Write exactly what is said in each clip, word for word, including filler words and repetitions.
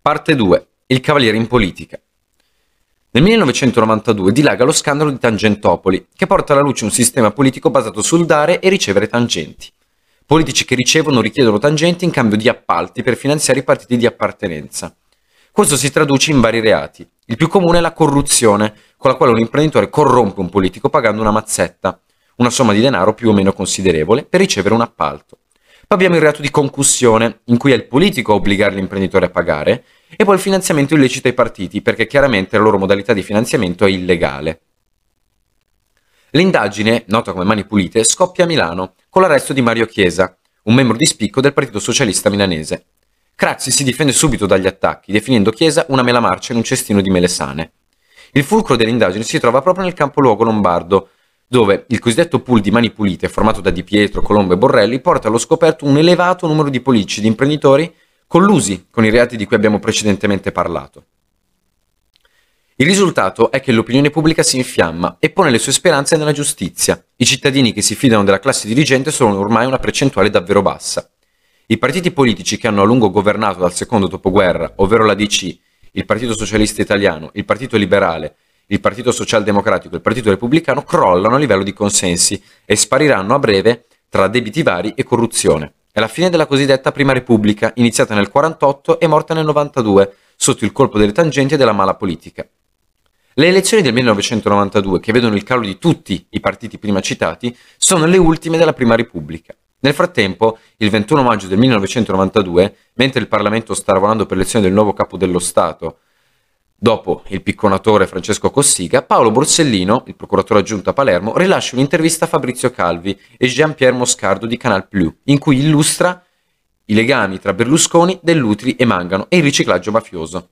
Parte due. Il cavaliere in politica. Nel millenovecentonovantadue dilaga lo scandalo di Tangentopoli, che porta alla luce un sistema politico basato sul dare e ricevere tangenti. Politici che ricevono o richiedono tangenti in cambio di appalti per finanziare i partiti di appartenenza. Questo si traduce in vari reati. Il più comune è la corruzione, con la quale un imprenditore corrompe un politico pagando una mazzetta, una somma di denaro più o meno considerevole, per ricevere un appalto. Poi abbiamo il reato di concussione, in cui è il politico a obbligare l'imprenditore a pagare, e poi il finanziamento illecito ai partiti, perché chiaramente la loro modalità di finanziamento è illegale. L'indagine, nota come Mani Pulite, scoppia a Milano, con l'arresto di Mario Chiesa, un membro di spicco del Partito Socialista Milanese. Craxi si difende subito dagli attacchi, definendo Chiesa una mela marcia in un cestino di mele sane. Il fulcro dell'indagine si trova proprio nel capoluogo lombardo, dove il cosiddetto pool di Mani Pulite, formato da Di Pietro, Colombo e Borrelli, porta allo scoperto un elevato numero di politici e di imprenditori collusi con i reati di cui abbiamo precedentemente parlato. Il risultato è che l'opinione pubblica si infiamma e pone le sue speranze nella giustizia. I cittadini che si fidano della classe dirigente sono ormai una percentuale davvero bassa. I partiti politici che hanno a lungo governato dal secondo dopoguerra, ovvero la D C, il Partito Socialista Italiano, il Partito Liberale, il Partito Socialdemocratico e il Partito Repubblicano, crollano a livello di consensi e spariranno a breve tra debiti vari e corruzione. È la fine della cosiddetta Prima Repubblica, iniziata nel quarantotto e morta nel novantadue, sotto il colpo delle tangenti e della mala politica. Le elezioni del millenovecentonovantadue, che vedono il calo di tutti i partiti prima citati, sono le ultime della Prima Repubblica. Nel frattempo, il ventuno maggio del millenovecentonovantadue, mentre il Parlamento sta lavorando per l'elezione del nuovo capo dello Stato, dopo il picconatore Francesco Cossiga, Paolo Borsellino, il procuratore aggiunto a Palermo, rilascia un'intervista a Fabrizio Calvi e Jean-Pierre Moscardo di Canal Plus, in cui illustra i legami tra Berlusconi, Dell'Utri e Mangano e il riciclaggio mafioso.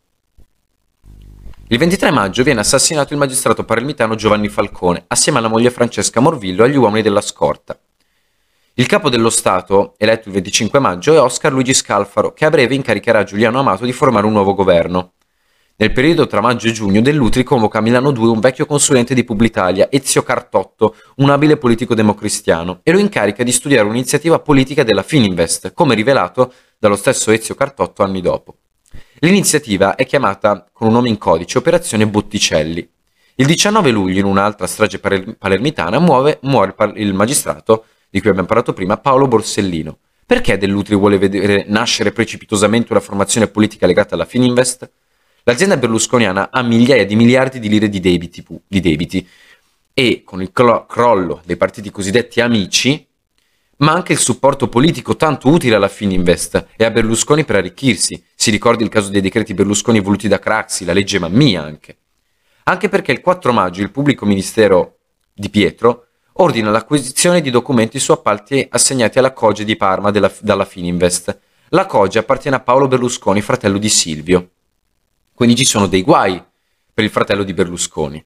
Il ventitré maggio viene assassinato il magistrato palermitano Giovanni Falcone, assieme alla moglie Francesca Morvillo e agli uomini della scorta. Il capo dello Stato, eletto il venticinque maggio, è Oscar Luigi Scalfaro, che a breve incaricherà Giuliano Amato di formare un nuovo governo. Nel periodo tra maggio e giugno, Dell'Utri convoca a Milano due un vecchio consulente di Publitalia, Ezio Cartotto, un abile politico democristiano, e lo incarica di studiare un'iniziativa politica della Fininvest, come rivelato dallo stesso Ezio Cartotto anni dopo. L'iniziativa è chiamata con un nome in codice Operazione Botticelli. Il diciannove luglio, in un'altra strage palermitana, muove, muore il magistrato, di cui abbiamo parlato prima, Paolo Borsellino. Perché Dell'Utri vuole vedere nascere precipitosamente una formazione politica legata alla Fininvest? L'azienda berlusconiana ha migliaia di miliardi di lire di debiti, di debiti e con il crollo dei partiti cosiddetti amici manca il supporto politico tanto utile alla Fininvest e a Berlusconi per arricchirsi. Si ricordi il caso dei decreti Berlusconi voluti da Craxi, la legge Mammì anche. Anche perché il quattro maggio il pubblico ministero Di Pietro ordina l'acquisizione di documenti su appalti assegnati alla Coge di Parma della, dalla Fininvest. La Coge appartiene a Paolo Berlusconi, fratello di Silvio. Quindi ci sono dei guai per il fratello di Berlusconi.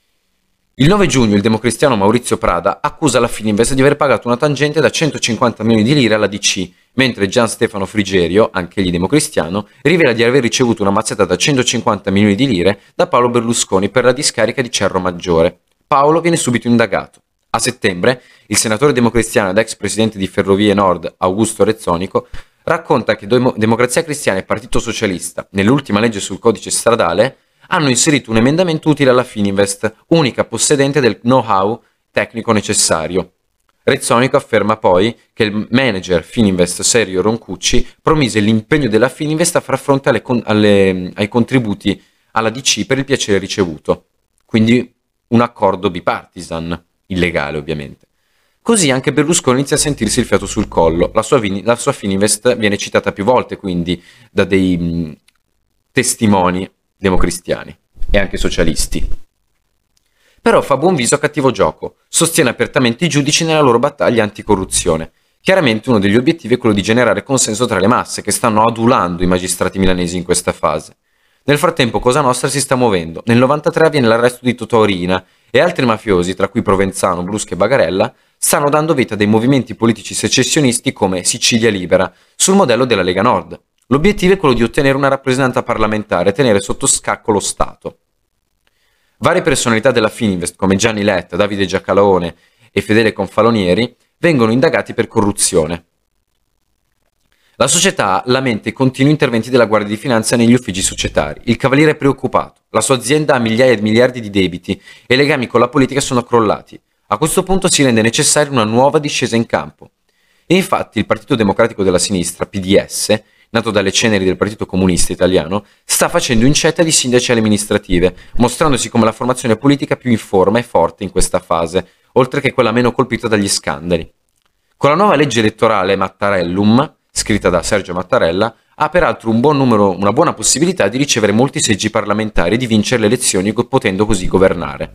Il nove giugno il democristiano Maurizio Prada accusa la Fininvest di aver pagato una tangente da centocinquanta milioni di lire alla D C, mentre Gian Stefano Frigerio, anch'egli democristiano, rivela di aver ricevuto una mazzetta da centocinquanta milioni di lire da Paolo Berlusconi per la discarica di Cerro Maggiore. Paolo viene subito indagato. A settembre, il senatore democristiano ed ex presidente di Ferrovie Nord, Augusto Rezzonico, racconta che Democrazia Cristiana e Partito Socialista, nell'ultima legge sul codice stradale, hanno inserito un emendamento utile alla Fininvest, unica possedente del know-how tecnico necessario. Rezzonico afferma poi che il manager Fininvest Serio Roncucci promise l'impegno della Fininvest a far fronte alle, alle, ai contributi alla D C per il piacere ricevuto. Quindi un accordo bipartisan, illegale ovviamente. Così anche Berlusconi inizia a sentirsi il fiato sul collo. La sua, la sua Fininvest viene citata più volte quindi da dei mh, testimoni democristiani e anche socialisti. Però fa buon viso a cattivo gioco, sostiene apertamente i giudici nella loro battaglia anticorruzione. Chiaramente uno degli obiettivi è quello di generare consenso tra le masse che stanno adulando i magistrati milanesi in questa fase. Nel frattempo Cosa Nostra si sta muovendo. Nel novantatré avviene l'arresto di Totò Riina e altri mafiosi, tra cui Provenzano, Brusca e Bagarella, stanno dando vita a dei movimenti politici secessionisti come Sicilia Libera, sul modello della Lega Nord. L'obiettivo è quello di ottenere una rappresentanza parlamentare e tenere sotto scacco lo Stato. Varie personalità della Fininvest, come Gianni Letta, Davide Giacalone e Fedele Confalonieri, vengono indagati per corruzione. La società lamenta i continui interventi della Guardia di Finanza negli uffici societari. Il cavaliere è preoccupato. La sua azienda ha migliaia di miliardi di debiti e i legami con la politica sono crollati. A questo punto si rende necessaria una nuova discesa in campo. E infatti il Partito Democratico della Sinistra, P D S, nato dalle ceneri del Partito Comunista Italiano, sta facendo incetta di sindaci alle amministrative, mostrandosi come la formazione politica più in forma e forte in questa fase, oltre che quella meno colpita dagli scandali. Con la nuova legge elettorale Mattarellum, scritta da Sergio Mattarella, ha peraltro un buon numero, una buona possibilità di ricevere molti seggi parlamentari e di vincere le elezioni potendo così governare.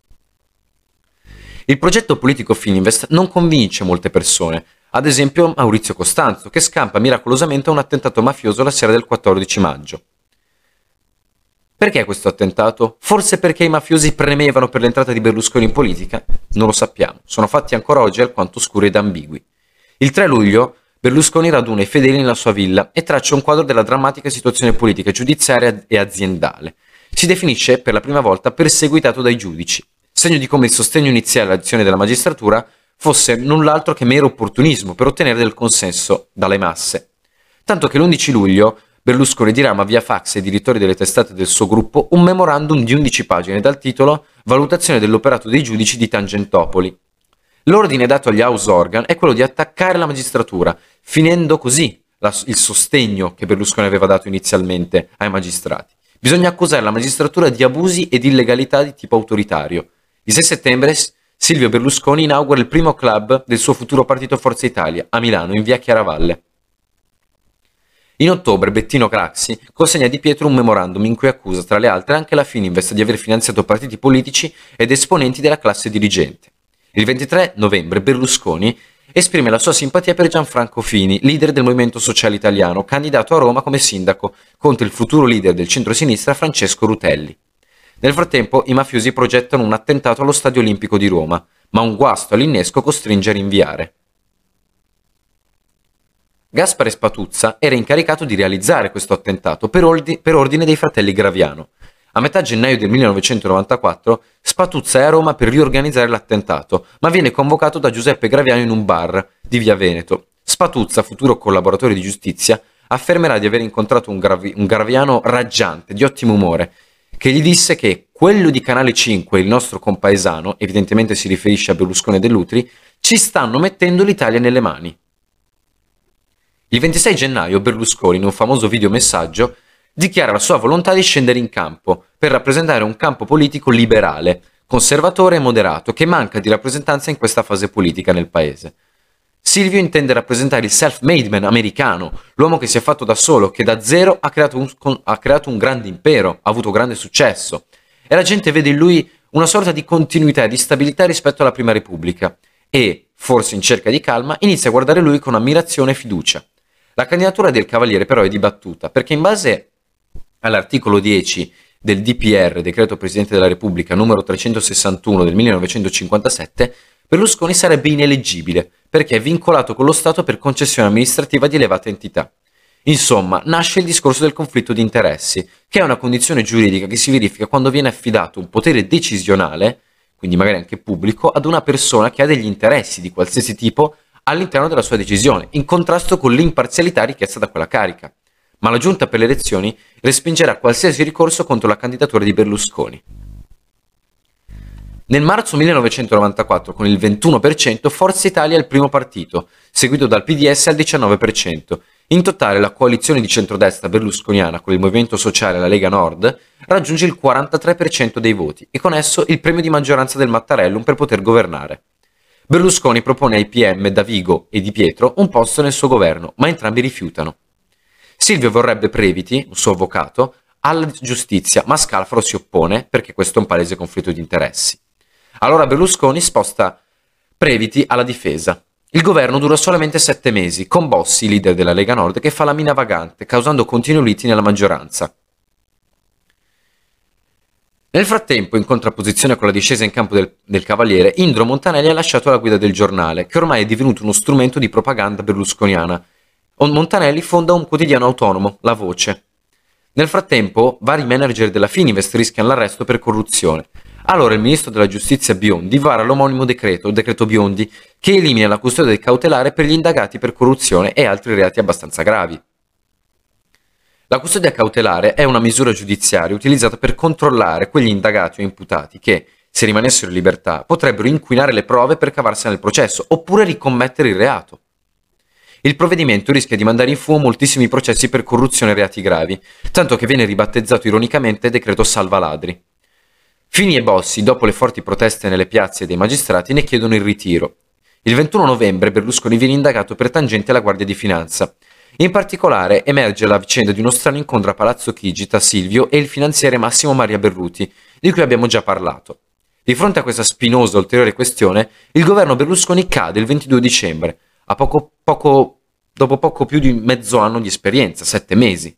Il progetto politico Fininvest non convince molte persone, ad esempio Maurizio Costanzo, che scampa miracolosamente un attentato mafioso la sera del quattordici maggio. Perché questo attentato? Forse perché i mafiosi premevano per l'entrata di Berlusconi in politica? Non lo sappiamo, sono fatti ancora oggi alquanto oscuri ed ambigui. Il tre luglio Berlusconi raduna i fedeli nella sua villa e traccia un quadro della drammatica situazione politica, giudiziaria e aziendale. Si definisce per la prima volta perseguitato dai giudici, segno di come il sostegno iniziale all'azione della magistratura fosse null'altro che mero opportunismo per ottenere del consenso dalle masse. Tanto che l'undici luglio Berlusconi dirama via fax ai direttori delle testate del suo gruppo un memorandum di undici pagine dal titolo Valutazione dell'operato dei giudici di Tangentopoli. L'ordine dato agli house organ è quello di attaccare la magistratura, finendo così la, il sostegno che Berlusconi aveva dato inizialmente ai magistrati. Bisogna accusare la magistratura di abusi ed illegalità di tipo autoritario. Il sei settembre Silvio Berlusconi inaugura il primo club del suo futuro partito Forza Italia, a Milano, in via Chiaravalle. In ottobre Bettino Craxi consegna a Di Pietro un memorandum in cui accusa, tra le altre, anche la Fininvest di aver finanziato partiti politici ed esponenti della classe dirigente. Il ventitré novembre Berlusconi esprime la sua simpatia per Gianfranco Fini, leader del Movimento Sociale Italiano, candidato a Roma come sindaco contro il futuro leader del centrosinistra Francesco Rutelli. Nel frattempo i mafiosi progettano un attentato allo Stadio Olimpico di Roma, ma un guasto all'innesco costringe a rinviare. Gaspare Spatuzza era incaricato di realizzare questo attentato per, ordi- per ordine dei fratelli Graviano. A metà gennaio del millenovecentonovantaquattro Spatuzza è a Roma per riorganizzare l'attentato, ma viene convocato da Giuseppe Graviano in un bar di Via Veneto. Spatuzza, futuro collaboratore di giustizia, affermerà di aver incontrato un, Gravi- un Graviano raggiante, di ottimo umore, che gli disse che quello di Canale cinque, il nostro compaesano, evidentemente si riferisce a Berlusconi e Dell'Utri, ci stanno mettendo l'Italia nelle mani. Il ventisei gennaio Berlusconi, in un famoso videomessaggio, dichiara la sua volontà di scendere in campo per rappresentare un campo politico liberale, conservatore e moderato che manca di rappresentanza in questa fase politica nel paese. Silvio intende rappresentare il self-made man americano, l'uomo che si è fatto da solo, che da zero ha creato, un, ha creato un grande impero, ha avuto grande successo. E la gente vede in lui una sorta di continuità e di stabilità rispetto alla Prima Repubblica e, forse in cerca di calma, inizia a guardare lui con ammirazione e fiducia. La candidatura del Cavaliere però è dibattuta, perché in base all'articolo dieci del D P R, Decreto Presidente della Repubblica numero trecentosessantuno del millenovecentocinquantasette, Berlusconi sarebbe ineleggibile perché è vincolato con lo Stato per concessione amministrativa di elevata entità. Insomma, nasce il discorso del conflitto di interessi, che è una condizione giuridica che si verifica quando viene affidato un potere decisionale, quindi magari anche pubblico, ad una persona che ha degli interessi di qualsiasi tipo all'interno della sua decisione, in contrasto con l'imparzialità richiesta da quella carica. Ma la Giunta per le elezioni respingerà qualsiasi ricorso contro la candidatura di Berlusconi. Nel marzo millenovecentonovantaquattro, con il ventuno per cento, Forza Italia è il primo partito, seguito dal P D S al diciannove per cento. In totale la coalizione di centrodestra berlusconiana con il Movimento Sociale e la Lega Nord raggiunge il quarantatré per cento dei voti e con esso il premio di maggioranza del Mattarellum per poter governare. Berlusconi propone ai P M Davigo e Di Pietro un posto nel suo governo, ma entrambi rifiutano. Silvio vorrebbe Previti, un suo avvocato, alla giustizia, ma Scalfaro si oppone perché questo è un palese conflitto di interessi. Allora Berlusconi sposta Previti alla difesa. Il governo dura solamente sette mesi, con Bossi, leader della Lega Nord, che fa la mina vagante, causando continui liti nella maggioranza. Nel frattempo, in contrapposizione con la discesa in campo del, del Cavaliere, Indro Montanelli ha lasciato la guida del giornale, che ormai è divenuto uno strumento di propaganda berlusconiana. Montanelli fonda un quotidiano autonomo, La Voce. Nel frattempo, vari manager della Fininvest rischiano l'arresto per corruzione. Allora il ministro della giustizia Biondi vara l'omonimo decreto, il decreto Biondi, che elimina la custodia cautelare per gli indagati per corruzione e altri reati abbastanza gravi. La custodia cautelare è una misura giudiziaria utilizzata per controllare quegli indagati o imputati che, se rimanessero in libertà, potrebbero inquinare le prove per cavarsene nel processo, oppure ricommettere il reato. Il provvedimento rischia di mandare in fumo moltissimi processi per corruzione e reati gravi, tanto che viene ribattezzato ironicamente decreto salva ladri. Fini e Bossi, dopo le forti proteste nelle piazze dei magistrati, ne chiedono il ritiro. Il ventuno novembre Berlusconi viene indagato per tangenti alla Guardia di Finanza. In particolare emerge la vicenda di uno strano incontro a Palazzo Chigi tra Silvio e il finanziere Massimo Maria Berruti, di cui abbiamo già parlato. Di fronte a questa spinosa ulteriore questione, il governo Berlusconi cade il ventidue dicembre, a poco, poco, dopo poco più di mezzo anno di esperienza, sette mesi.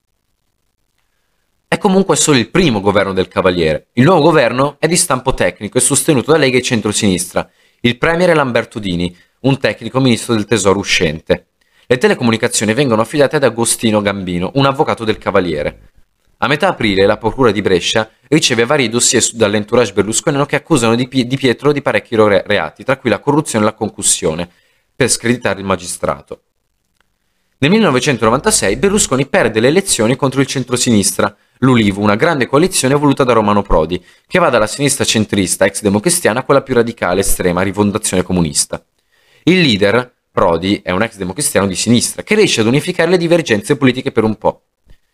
È comunque solo il primo governo del Cavaliere. Il nuovo governo è di stampo tecnico e sostenuto da Lega e centrosinistra. Il premier è Lamberto Dini, un tecnico ministro del tesoro uscente. Le telecomunicazioni vengono affidate ad Agostino Gambino, un avvocato del Cavaliere. A metà aprile la procura di Brescia riceve vari dossier dall'entourage berlusconiano che accusano Di Pietro di parecchi reati, tra cui la corruzione e la concussione, per screditare il magistrato. Nel millenovecentonovantasei Berlusconi perde le elezioni contro il centrosinistra, l'Ulivo, una grande coalizione voluta da Romano Prodi, che va dalla sinistra centrista ex democristiana a quella più radicale estrema rifondazione comunista. Il leader, Prodi, è un ex democristiano di sinistra, che riesce ad unificare le divergenze politiche per un po'.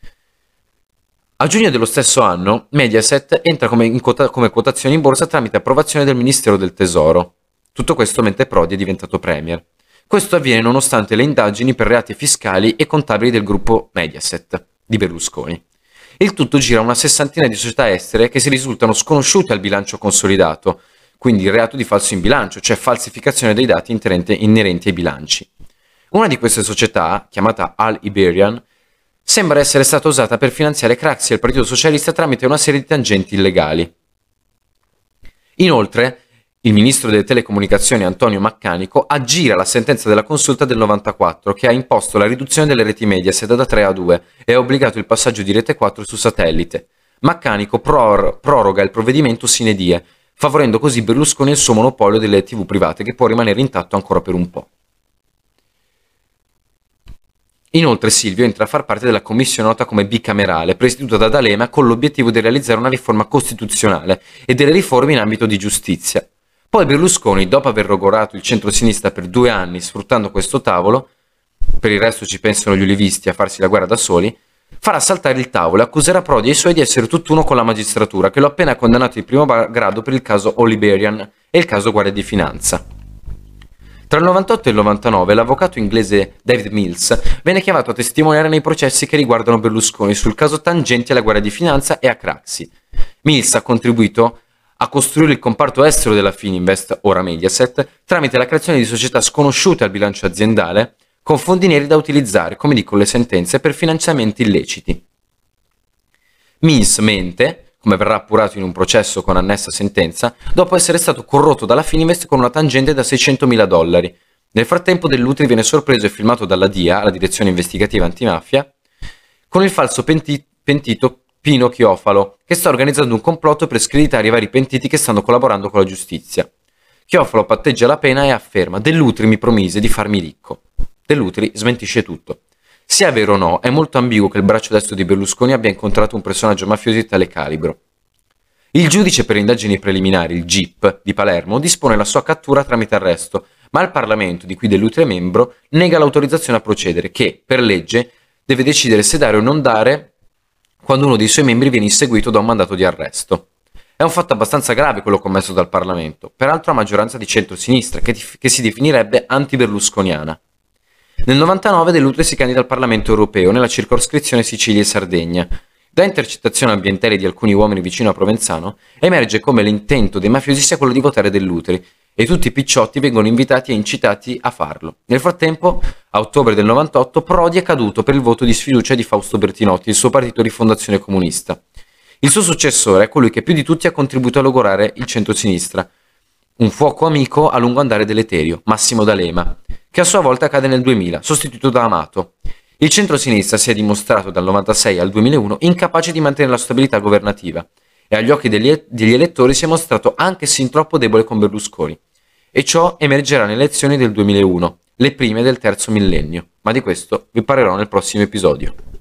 A giugno dello stesso anno, Mediaset entra come, in quota, come quotazione in borsa tramite approvazione del Ministero del Tesoro. Tutto questo mentre Prodi è diventato premier. Questo avviene nonostante le indagini per reati fiscali e contabili del gruppo Mediaset di Berlusconi. Il tutto gira una sessantina di società estere che si risultano sconosciute al bilancio consolidato, quindi il reato di falso in bilancio, cioè falsificazione dei dati inerenti ai bilanci. Una di queste società, chiamata Al Iberian, sembra essere stata usata per finanziare Craxi e il Partito Socialista tramite una serie di tangenti illegali. Inoltre, il ministro delle telecomunicazioni Antonio Maccanico aggira la sentenza della consulta del novantaquattro che ha imposto la riduzione delle reti Mediaset da tre a due e ha obbligato il passaggio di Rete quattro su satellite. Maccanico pror- proroga il provvedimento sine die, favorendo così Berlusconi il suo monopolio delle tivù private che può rimanere intatto ancora per un po'. Inoltre Silvio entra a far parte della commissione nota come bicamerale, presieduta da D'Alema con l'obiettivo di realizzare una riforma costituzionale e delle riforme in ambito di giustizia. Poi Berlusconi, dopo aver logorato il centro-sinistra per due anni sfruttando questo tavolo, per il resto ci pensano gli ulivisti a farsi la guerra da soli, farà saltare il tavolo e accuserà Prodi e i suoi di essere tutt'uno con la magistratura, che lo ha appena condannato di primo grado per il caso All Iberian e il caso Guardia di Finanza. Tra il novantotto e il novantanove l'avvocato inglese David Mills venne chiamato a testimoniare nei processi che riguardano Berlusconi sul caso tangenti alla Guardia di Finanza e a Craxi. Mills ha contribuito a costruire il comparto estero della Fininvest, ora Mediaset, tramite la creazione di società sconosciute al bilancio aziendale, con fondi neri da utilizzare, come dicono le sentenze, per finanziamenti illeciti. Mills mente, come verrà appurato in un processo con annessa sentenza, dopo essere stato corrotto dalla Fininvest con una tangente da seicentomila dollari. Nel frattempo Dell'Utri viene sorpreso e filmato dalla D I A, la Direzione Investigativa Antimafia, con il falso penti- pentito Pino Chiofalo, che sta organizzando un complotto per screditare i vari pentiti che stanno collaborando con la giustizia. Chiofalo patteggia la pena e afferma: Dell'Utri mi promise di farmi ricco. Dell'Utri smentisce tutto. Sia vero o no, è molto ambiguo che il braccio destro di Berlusconi abbia incontrato un personaggio mafioso di tale calibro. Il giudice per indagini preliminari, il G I P di Palermo, dispone la sua cattura tramite arresto, ma il Parlamento, di cui Dell'Utri è membro, nega l'autorizzazione a procedere, che, per legge, deve decidere se dare o non dare quando uno dei suoi membri viene inseguito da un mandato di arresto. È un fatto abbastanza grave quello commesso dal Parlamento, peraltro a maggioranza di centro-sinistra, che, che si definirebbe anti-berlusconiana. Nel novantanove Dell'Utri si candida al Parlamento europeo nella circoscrizione Sicilia e Sardegna. Da intercettazioni ambientali di alcuni uomini vicino a Provenzano emerge come l'intento dei mafiosi sia quello di votare Dell'Utri e tutti i picciotti vengono invitati e incitati a farlo. Nel frattempo, a ottobre del novantotto, Prodi è caduto per il voto di sfiducia di Fausto Bertinotti, il suo partito di fondazione comunista. Il suo successore è colui che più di tutti ha contribuito a logorare il centro-sinistra, un fuoco amico a lungo andare deleterio, Massimo D'Alema, che a sua volta cade nel duemila, sostituito da Amato. Il centro-sinistra si è dimostrato dal novantasei al duemilauno incapace di mantenere la stabilità governativa e agli occhi degli, degli elettori si è mostrato anche sin troppo debole con Berlusconi. E ciò emergerà nelle elezioni del duemilauno, le prime del terzo millennio, ma di questo vi parlerò nel prossimo episodio.